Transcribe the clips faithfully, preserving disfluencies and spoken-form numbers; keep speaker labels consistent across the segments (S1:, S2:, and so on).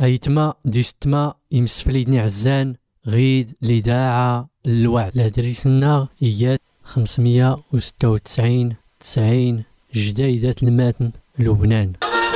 S1: أيتما ديستما يمسفليدني عزان غيد لداعة الوعد لدريسنا إيات خمسمية وستة وتسعين تسعين جديدة الماتن لبنان.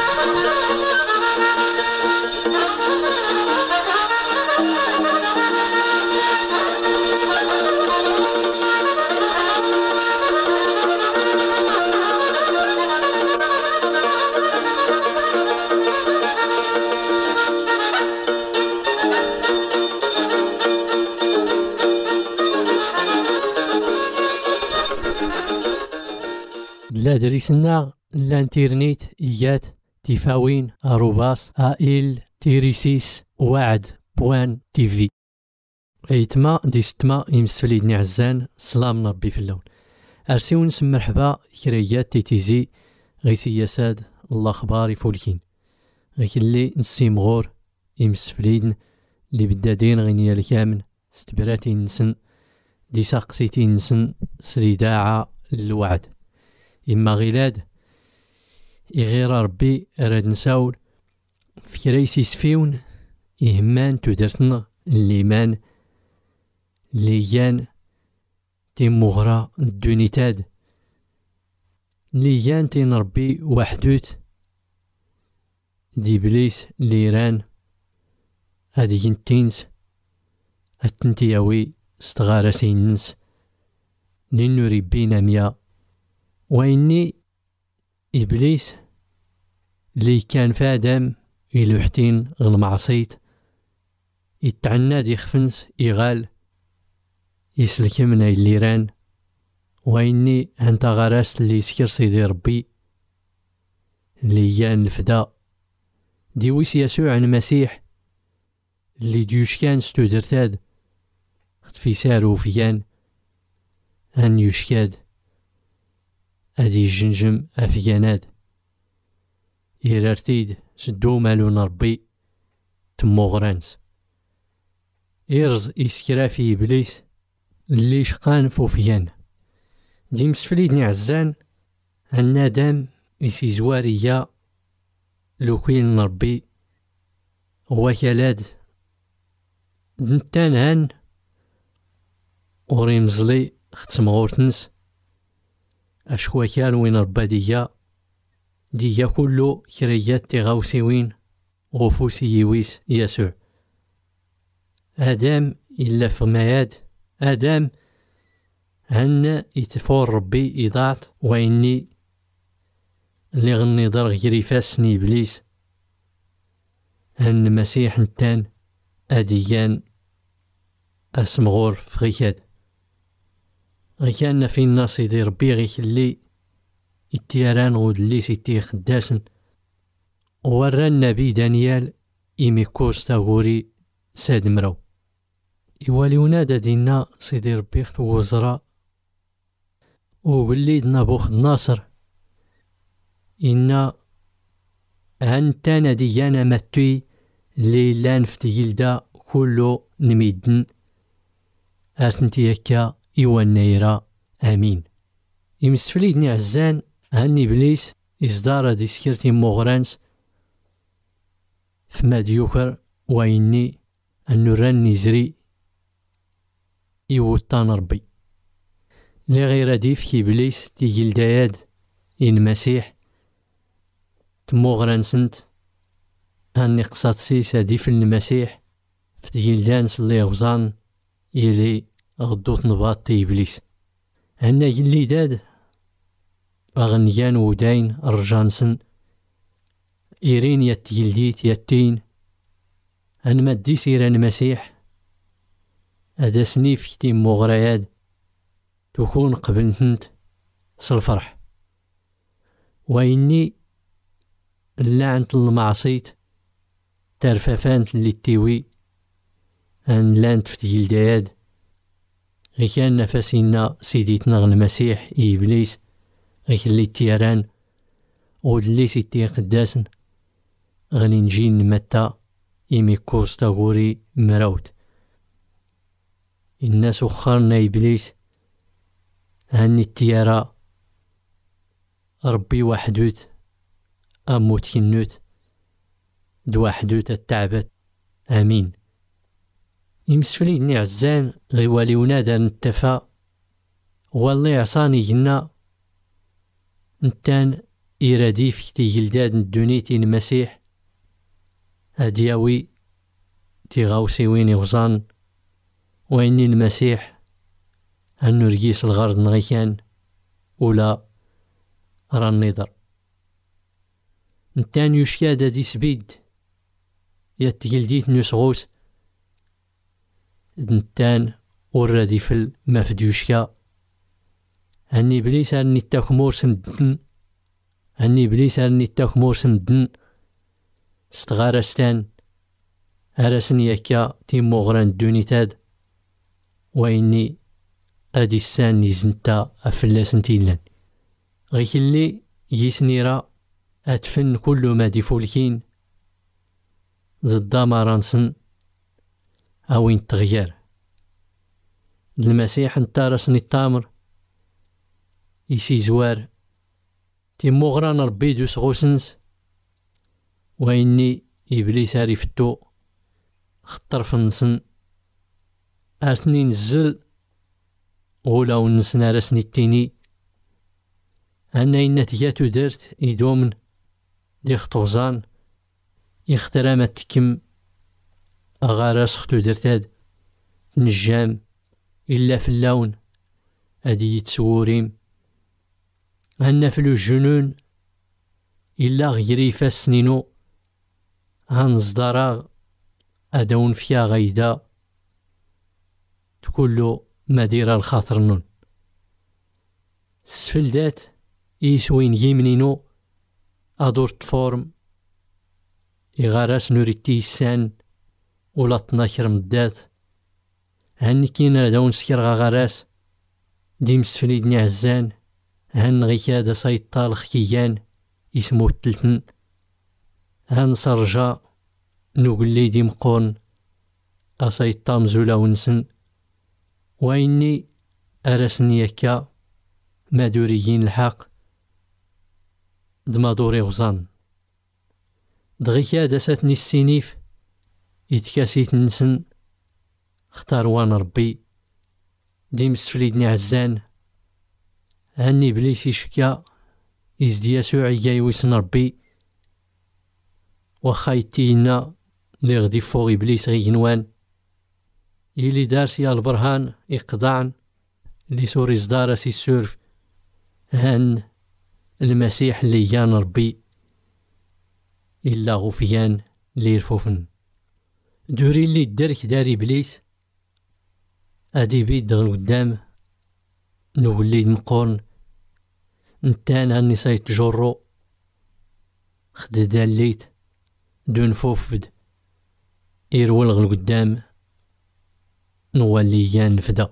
S1: لا دريسنا الانترنت إيات تفاوين أروباس آئل تيريسيس وعد بوان تيفي. أيتما ديستما يمسفليدني عزان سلام ربي في اللون. أرسيو نسم مرحبا كريات تيتيزي غي سياساد الله خبار يفولكين غي اللي نسيم غور يمسفليدن اللي بدادين غينيا الكامن ستبراتي نسن دي ساقسيتي نسن سريداعة الوعد. إما غيلاد إغير ربي أراد نساول في كريسي سفيون إهمان تدرتنا الليمان ليان تيم مغرى الدونيتاد ليان تين ربي وحدوت دي بليس ليران هادي ينتينس التنتياوي استغارة سينس لنو ربينا ميا وإني إبليس اللي كان فادم يلوحتين غالمعصيت يتعنى دي خفنس يغال يسلك من الليران وإني هنتا غراس اللي يسكر سيدي ربي اللي يان الفدا دي ويس يسوع عن مسيح اللي ديوش كان ستودرتاد في سارو فيان أن يشكاد هادي الجنجم أفياناد إيرارتيد سدو مالو نربي تمو غرانس إرز إسكرا في إبليس اللي شقان فوفيان دي مسفليدني عزان الندم إسي زواريا لوكيل نربي هو كالاد دنتان هان وريمزلي ختم غورتنس أشكواكال وين ربا ديا ديا كلو كريات تغاوسيوين غفوسي يويس يسوع آدم إلا فماياد آدم هن يتفور ربي إضاعت وإني اللي غني ضر غيري فاسني إبليس هن مسيح نتان أديان أسمغور في غيكاد غيكان في الناس يدير ربي غيك اللي التيران غود اللي سيتي خداسن ورى النبي دانيال إيميكوس تاغوري ساد مرو إيوالي ونادا دينا سيدي ربي في وزراء ووليد نبوخذ ناصر إنا هانتانا ديانا ماتوي اللي لان في تجلدا كله نميدن أرسنتي يكا إيوان نيرا آمين. يمسفليدني عزان هاني بليس إصدار دي سكرتي مغرانس فما ديوكر وإني أنو راني زري إيوطان ربي لي غير ديف كي بليس تيجي لداياد إن مسيح تموغرانسنت هاني قصات سيسا ديف المسيح فتيجي لدانس اللي غزان إلي غدوت نباط تي إبليس هنا يلي داد أغنيان وداين رجانسن إيرين يتيلديت يتين أن مدي سيران مسيح هذا سنيف كتيم مغرياد تكون قبلتنت سالفرح وإني اللعنت المعصيت ترفافانت اللي تيوي أن لانت فتيل داياد غي كان نفسينا سيديتنا المسيح إبليس غي اللي تيران ودلي سيتي قداسن غني نجي نمتا إيميكوس تاغوري مراوت الناس وخرنا إبليس هاني التيارة ربي وحدوت أموت كنوت دوا حدوث التعبت امين. يمسفلي دني عزان غيوالي ونادا نتفا والله عصاني جنا نتان إرادي في تيجلداد ندونيتي المسيح هدياوي تيغاوسي وين يغزان وإني المسيح أنو رجيس الغرض نغيكان ولا راه النظر نتان يشكاد دي سبيد يتجلديت نسغوس نتان ورادي في المفديوشكا هني بليس هني تاكمور سمدن هني بليس هني تاكمور سمدن استغارستان أرسن يكا تيمو غران دونيتاد وإني أدي السان نزنتا أفلاسن تيلان غيك اللي يسنيرا أتفن كل ما دي فولكين ضد مرانسن أوين تغير المسيح انتارسني التامر يسي زوار تيمو غران ربي دوس غوسنس وإني إبليس عرفتو خطر في النسن أرثني نزل غولا ونسن رسني التيني أنا إنا تياتو درت إدومن دي خطوزان يخترامة تكم أغاراس ختو درتاد نجام إلا في اللون أدي يتسوريم أنا في الجنون إلا غيري فاسنينو هنصدراغ أدون فيا غيدا تكلو مدير الخاطر نون السفلدات يسوين يمنينو أدور تفورم إغاراس نوريتي السان ولا تناكر مدات هاني كينا داون سكر غاراس ديم سفليدني عزان هان غيكادا سايطال خكيان اسمو التلتن هان صرجا نوغلي ديم قون أسايطام زولا ونسن وإني أرسني يكا مادوريين الحق دمادوري غزان دغيكا داساتني السينيف يتكاسيت نسن اختار وان ربي ديم سفليدني عزان هاني بليس يشكا يزدي يسوع يويسن ربي وخايتينا لي غدي فوق إبليس غينوان يلي دارس يا البرهان إقضاعن لي سوري صدار سي السورف هان المسيح اللي يان ربي إلا غفيان لي رفوفن دوري اللي درك داري إبليس أدي بيد دغل قدام نوليد مقورن نتان هاني سايت جورو خدد الليت دون فوفد إيرولغ القدام نولي يان الفدا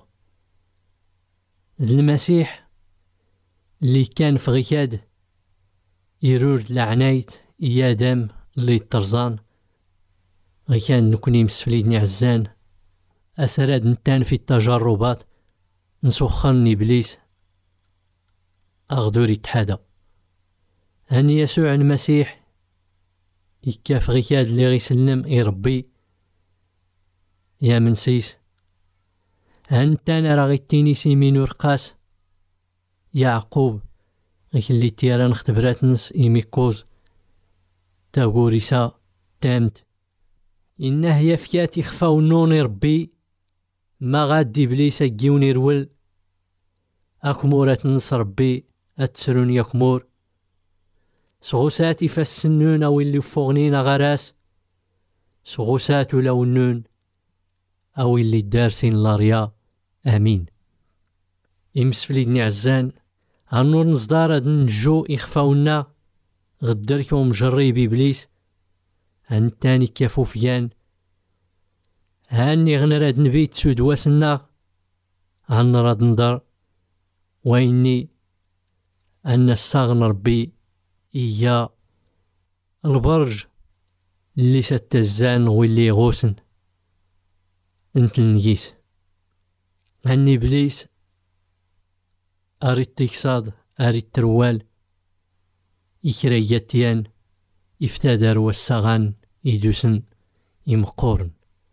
S1: المسيح اللي كان في غيكاد يرورد لعنايت إيادام اللي طرزان غيكان نكوني مسفليدني عزان أسراد نتان في التجربات نسخن إبليس أغدور يتحدى هاني يسوع المسيح يكاف غيكاد اللي غيسلم يربي يا منسيس هانتانا راه غيتيني سيمين ورقاس يعقوب غيك اللي تيران اختبرات نس إيميكوز تاغوريسا تامت إنه هي فياتي خفاو نوني ربي ما غادي إبليس أجيوني رول أكمورة نص ربي أتسرون يكمور سغوساتي فالسنون أو اللي فوغنين غراس سغوساتو لو النون أو اللي دارسين لاريا آمين يمسفليدني عزان هالنور نصدار هاد نجو إخفاونا غدركو مجري إبليس هان تاني كافو فيان هاني غنراد نبيت سود واسنا هان راد ندر وإني أن الصاغن ربي إيا البرج اللي ستزان واللي غوسن انت النجيس هاني إبليس أريد تكساد أريد تروال إكرياتيان إفتادر والساغان يدوسن يمقورن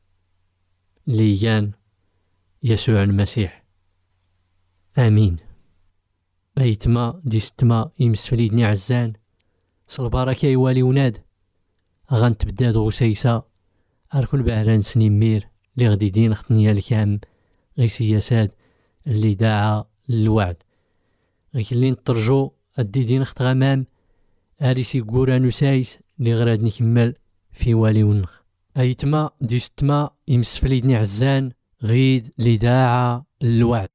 S1: ليان يسوع المسيح. آمين. أيتما ديستما يمسفليدني عزان صلبارك يوالي وناد غنتبدا غسيسة أركل بعران سنيمير لي غدي دين ختنيا الكام غي سياسات اللي داعا للوعد غي اللي نترجو أدي دين خت غمام أريسي قورانو سايس لي غراد نكمل في والي ونخ. أيتما ديستما يمسفليدني عزان غيد لي داعا للوعد.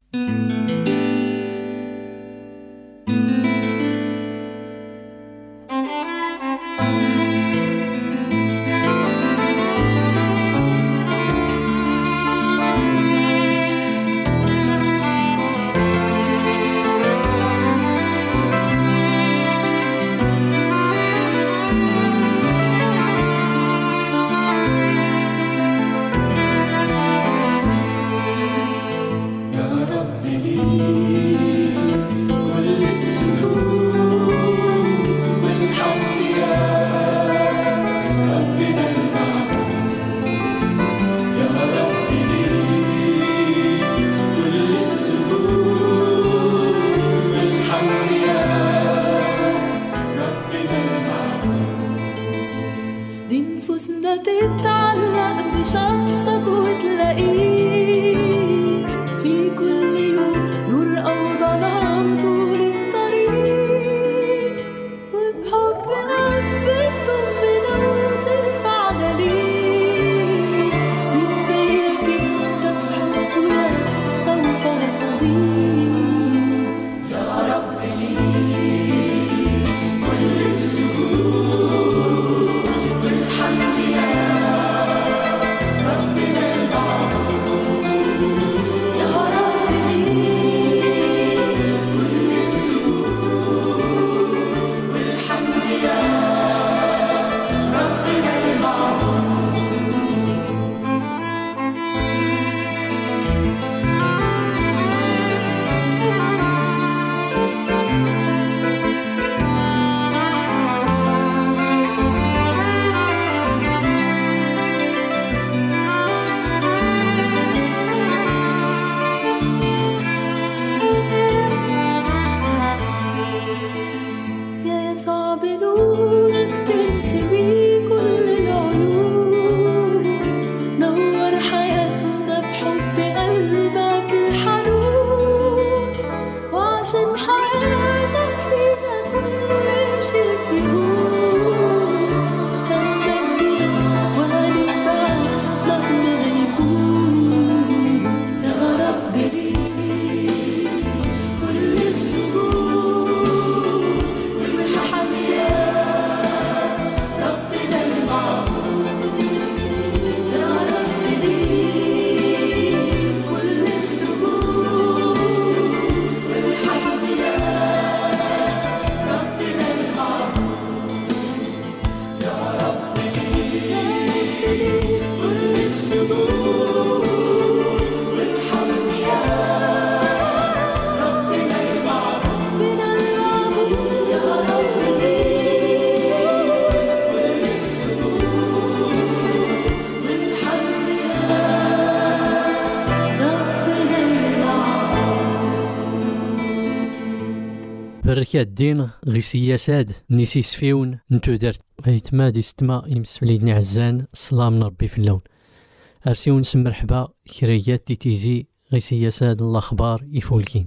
S1: بركة الدين غي سياساد نيسي سفيون نتو درت غيتما دي ستما يمسفليدني عزان صلاة من ربي في اللون أرسيون نسم مرحبا كريات دي تيزي غي سياساد الأخبار يفولكين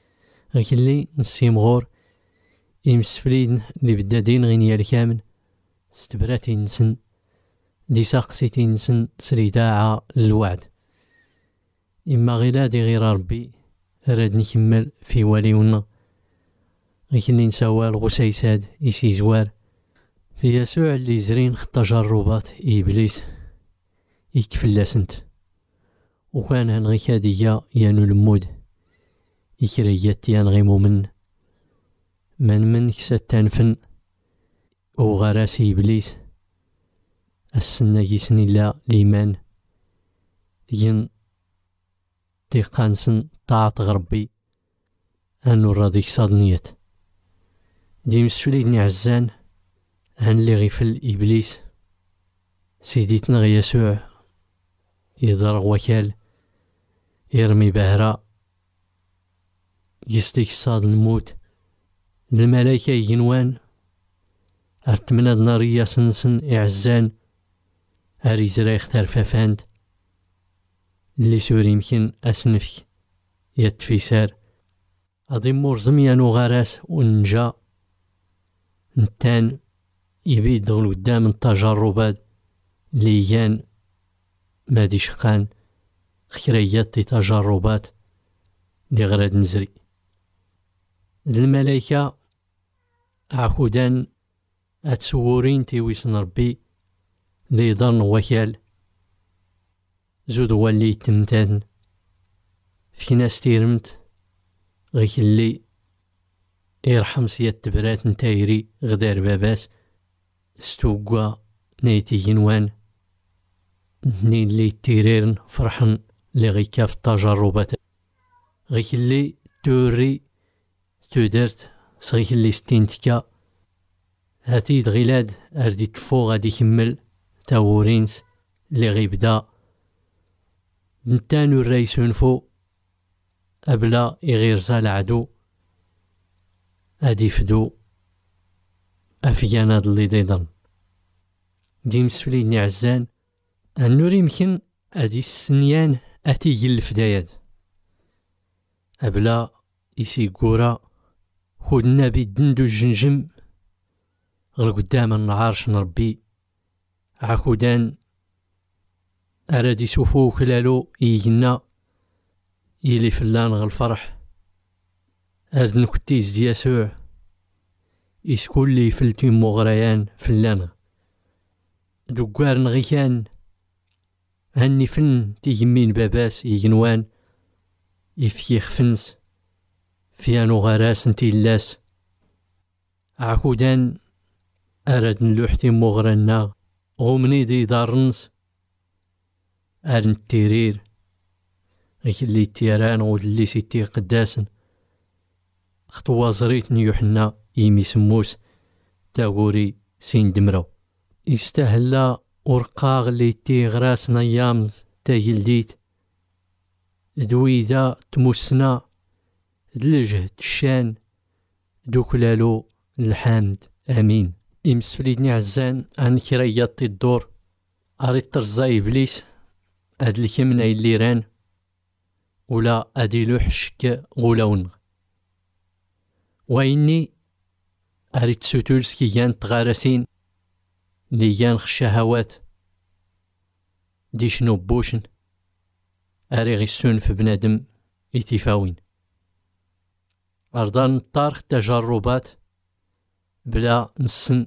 S1: غي اللي نسيم غور يمسفليدن اللي بدادين غينيا الكامن استبراتي نسن دي ساقسيتي نسن سريداعة للوعد إما غيلادي غير ربي راد نكمل في واليونا غيكني نساوى الغسيساد يسي زوار في يسوع اللي زرين خط تجربات إبليس يكفلاسنت وكان هنغي كادية يانو المود يكريات يان غي مؤمن من من كسات تنفن وغراسي إبليس السنة يسني لا ليمان ين تيقانسن طاعت غربي أنو راضيك صادنيات دي مسفليدني عزان هن اللي غيفل إبليس سيديتنا يسوع يضرغ وكال يرمي بهرة يستيك صاد الموت الملائكة يجنوان ارتمناد نارية سنسن إعزان أريزرا يختار فافاند اللي سوري يمكن أسنفك يتفيسار أضي مرزم يانو غراس ونجا نتان يبيد دغل قدام التجربات اللي يان مادي شقان خيريات تجربات اللي غراد نزري الملائكة عقودان أتسورين تيويسن ربي لي ضرن وكال زود واللي تمتان في ناس تيرمت غيك اللي يرحم سياد تبرات نتايري غدار باباس استوقوا نيتي جنوان نين اللي تيريرن فرحن لغيكا في التجربات غيك اللي توري تودرت صغيك اللي ستينتكا هاتي دغيلاد اردي تفو غادي يكمل تاورينس اللي غيبدا نتانو الرئيسون فو أبلا يغير زال عدو أدي فدو أفيانا اللي ديضن دي مسفلي نعزان النور يمكن أدي السنيان أتيجي الفدايات أبلا يسي قورا خودنا بيدندو الجنجم غير قدام النعارش نربي عاكودان أرادي سوفو كلالو يجنا يلي فلان غا الفرح هاد نكتيز دي يسوع يسكول لي فلتي مغريان فلان دوكوارن غيكان هاني فن تيجمين باباس يجنوان يفيخ فنس فيانو غراس نتي اللاس عاكودان أراد نلوحتي مغرنا غومني دي دارنس أرن التيرير غيك اللي تيران غود اللي سيتي قداسن خطوة زريت نيوحنا يمي سموس تاغوري سين دمرو يستهلا ورقاغ اللي تي غراس نيام تاجلديت دويدا تموسنا دلجه الشان دوكلالو الحامد امين يمسفليدني عزان عن كريات الدور اريد ترزا ابليس هاد الكمنا اللي ران ولا ادي لوح الشك غولون وإني أريد سوتولس كي جان تغارسين لي جان الشهوات دي شنو بوشن أري غيسون في بنادم يتفاوين أرضان الطارخ تجربات بلا نسن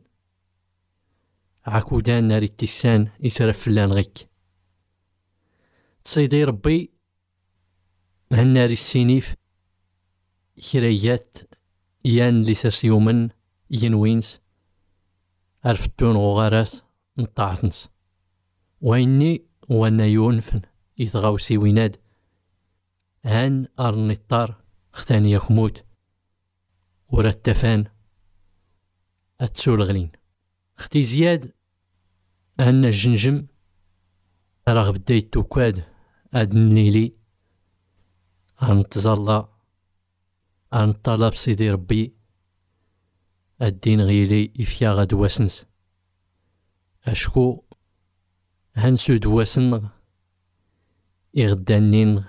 S1: عكودان ناري تيسان يسرف فلان غيك تصيدي ربي هالناري السينيف كريات يان لي سرسيومن ينوينس عرفتون غوغاراس نطاعتنس وإني وانا يونفن يتغاو سيويناد هان أرني الطار اختاني يخموت ورتفان أتسول غلين اختي زياد هان الجنجم راه بدا يتوكاد هاد النيلي غنتزلا عن طلب سيدي ربي الدين غيلي يفيا غاد واسنس اشكو هنسو دواسن يغدانين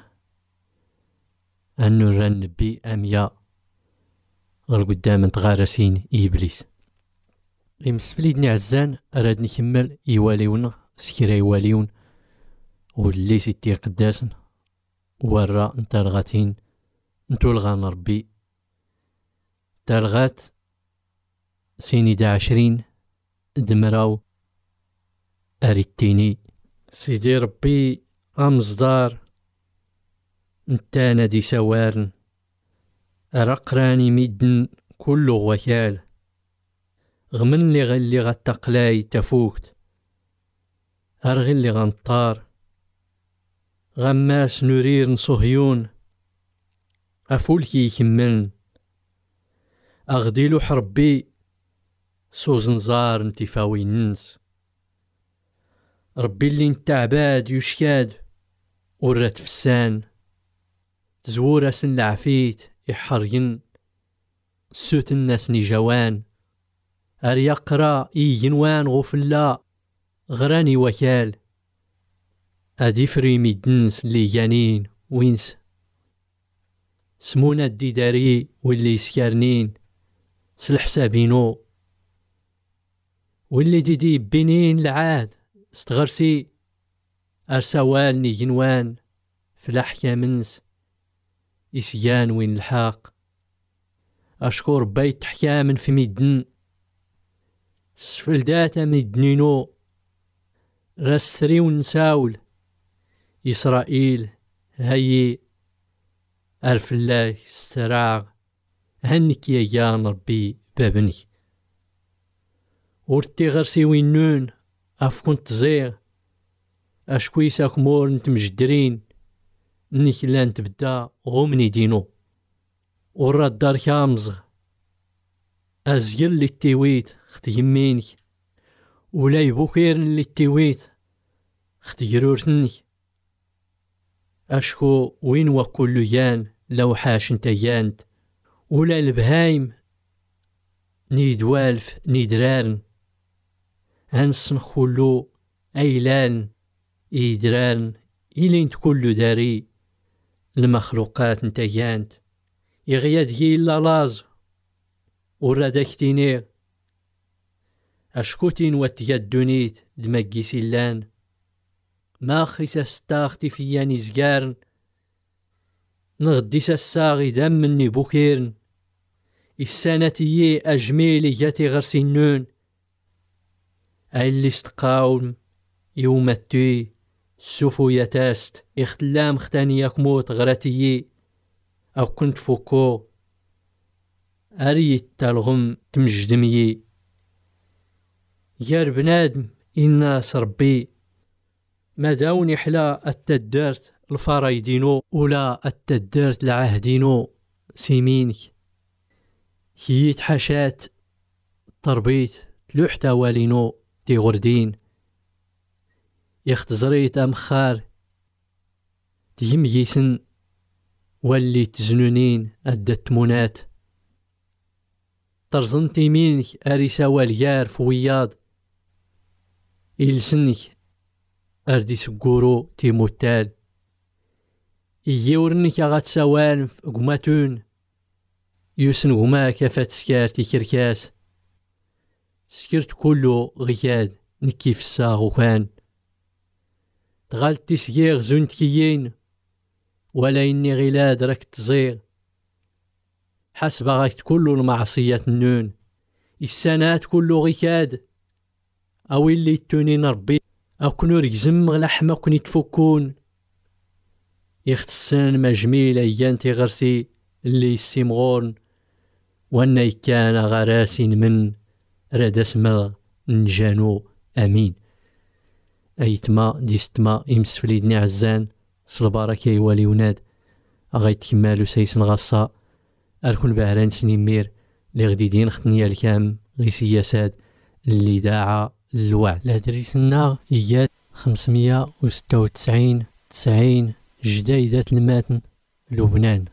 S1: انو ران بي اميا غير قدام تغارسين ابليس يمسفليدني عزان اراد نكمل يواليون سكرا يواليون واللي سيتي قداسن ورا نتا الغاتين نتو الغان ربي تالغات سيني دا عشرين دمراو أريتيني سيدي ربي أمصدار نتانا دي سوارن أرقراني ميدن كله غوكال غمن لي غالي غتقلاي تفوكت أرغي اللي غنطار غماس نورير نصهيون أفولكي يكملن أغديلو حربي سوزنزار نتفاوي ننس ربي اللي انت عباد يشكاد ورات فسان تزور سن العفيت يحرين سوت الناس نجوان اريا قرا يجنوان غفلا غراني وكال ادي فريمي دنس اللي جانين وينس سمونا الديداري واللي يسكرنين سلحسابينو واللي ديدي بينين العاد استغرسي ارسوال نيجنوان فلاح كامنس إسيان وين الحاق أشكر بيت حكام في ميدن سفلداتا ميدنينو رسري ونساول إسرائيل هاي أرف الله استراغ هنك يا جان ربي بابني ورتي غرسي وينون أفكنت زيغ أشكويساك مور نتمجدرين نيك لان تبدا غومني دينو ورا الدار كامزغ ازير اللي تيويت خت يمينك ولا يبوكير اللي تيويت خت يرورتني اشكو وين وكل يان لو حاش انت يانت ولا البهايم نيد والف نيدرارن هنسن خلو ايلان ايدرارن إلين تكل داري المخلوقات نتايانت يغياد جي إلا لاز وراداك تينير أشكوتين واتيادونيت دماكي سيلان ما خيسا ستاختي فياني زقارن نغدي ساساغي دام مني بوكيرن السانتيي أجميلي جاتي غير سنون اللي استقاوم يوم التوي سوفو يتاست اختلام ختاني يكموت غراتيي أو كنت فوكو أريت تالغم تمجدمي يا بنادم الناس ربي ما داوني حلا التدارت الفرايدينو ولا التدارت العهدينو سيمينك هيت حشات تربيت تلوحتا والينو تي غردين يختزريت أمخار تيميسن واللي تزنونين أدت منات ترزنتي مينك أريسا واليار فوياض إلسنك أردي سقورو تيموتال إيورنك أغات سوالف قماتون يوسن غما كافات سكار تيكركاس سكرت كله غياد نكيف الساغ وكان تغالت تسيغ زنت كيين ولا إني غلاد راك تزيغ حسب غايت كله المعصية النون السنات كله غيكاد أو اللي تونين ربي أو كنو رجزم غلحما كني تفكون يختسان مجميل أيان تغرسي اللي يسيمغورن وانا كان غراسين من راد اسمغ نجانو أمين أيتما ديستما إمسفليدني عزان صلبارك يوالي وناد أغايت كمالو سيسن غصا أركن بهران سنيمير لغديدين ختنيا الكام غي سياسات اللي داعا الوعد لهدريسنا إياد خمسمية وستة وتسعين تسعين جدايدات الماتن لبنان.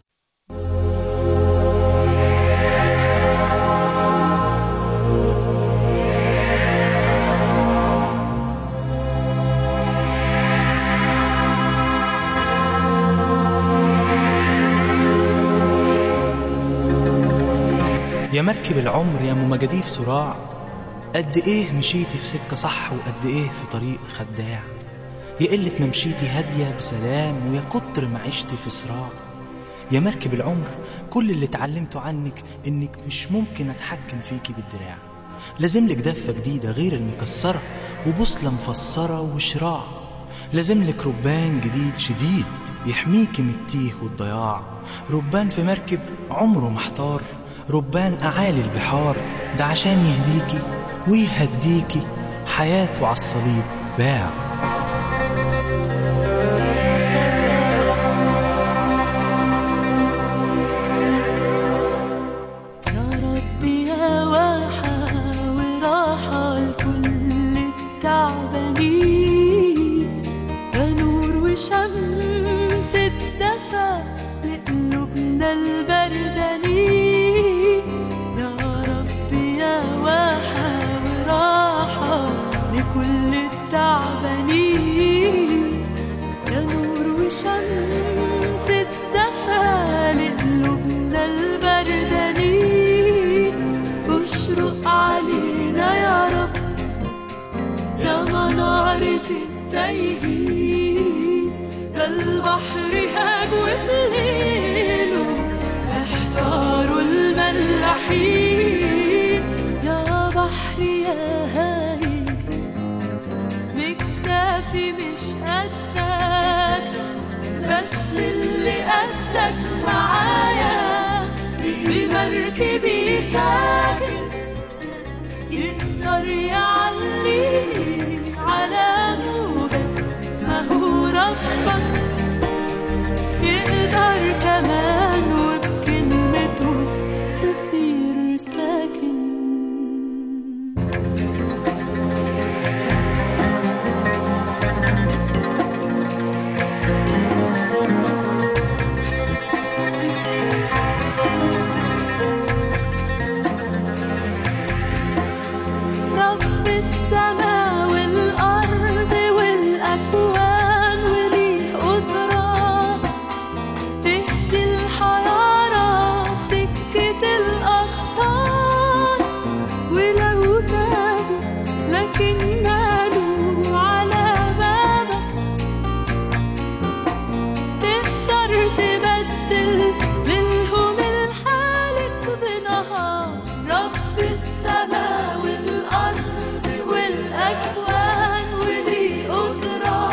S2: يا مركب العمر يا مجاديف صراع، قد ايه مشيتي في سكة صح وقد ايه في طريق خداع، يا قلة ما مشيتي هادية بسلام ويا كتر ما عشتي في صراع. يا مركب العمر كل اللي اتعلمته عنك انك مش ممكن اتحكم فيكي بالدراع، لازملك دفة جديدة غير المكسرة وبوصلة مفسرة وشراع، لازملك ربان جديد شديد يحميكي من التيه والضياع، ربان في مركب عمره محتار، ربان أعالي البحار، ده عشان يهديكي ويهديكي حياته عالصليب باع.
S3: يا ربي يا واحة وراحة لكل التعبانين، وشمس الدفا لقلوبنا البردانين. يا رب يا واحة وراحة لكل التعبانين. يا نور وشمس الدفا لقلوبنا البردانين. اشرق علينا يا رب يا منارة التايهين. ده البحر هاج وفي ليله احتاروا الملاحين. يا بحر يا هايل مكتافي مش قدك، بس اللي قدك معايا بمركبي ساكن. يقدر يعليك على موجك ما هو ربك، يقدر كمان وبكلمته تصير ساكن. رب السماء والأرض والأكوان وليه قدرة تهدي الحيارى في سكة الأخطار. ولو تابوا لكن نالوا على بابك، تقدر تبدل ليلهم الحالك بنهار. رب السماء والأرض والأكوان وليه قدرة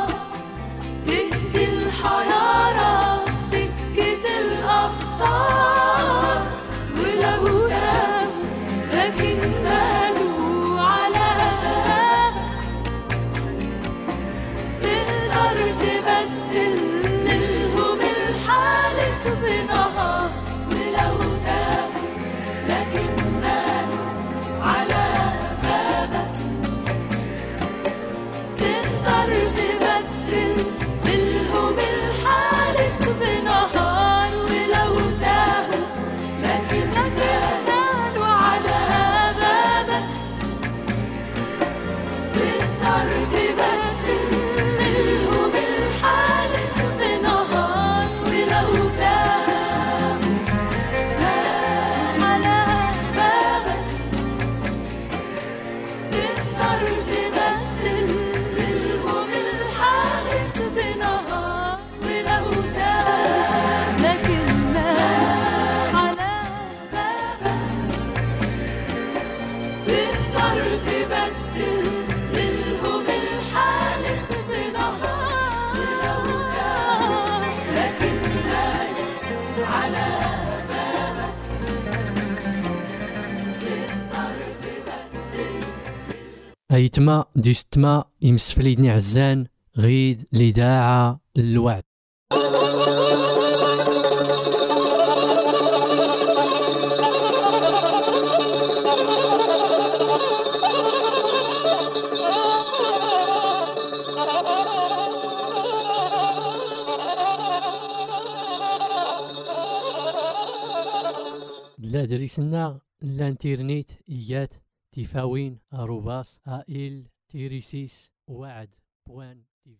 S3: تهدي الحيارى في سكة الأخطار. ولو تابوا لكن نالوا على بابك، تقدر تبدل ليلهم الحالك بنهار. ولو تابوا لكن نالوا على بابك، تقدر تبدل ليلهم الحالك بنهار. ولو تابوا لكن نالوا على بابك، تقدر تبدل ليلهم الحالك بنهار. ولو تابوا على بابك، تقدر تبدل ليلهم الحالك بنهار. ولو تاب لكن نام على بابك، تقدر تبدل ليلهم الحالك بنهار. ولو تاب لكن نام على بابك، تقدر تبدل.
S1: أيتما ديستما يمسفليدني عزان غيد لداعة الوعد. لا دريسنا لا انترنت إيات تفاوين أروباس آئل تيريسيس وعد بوان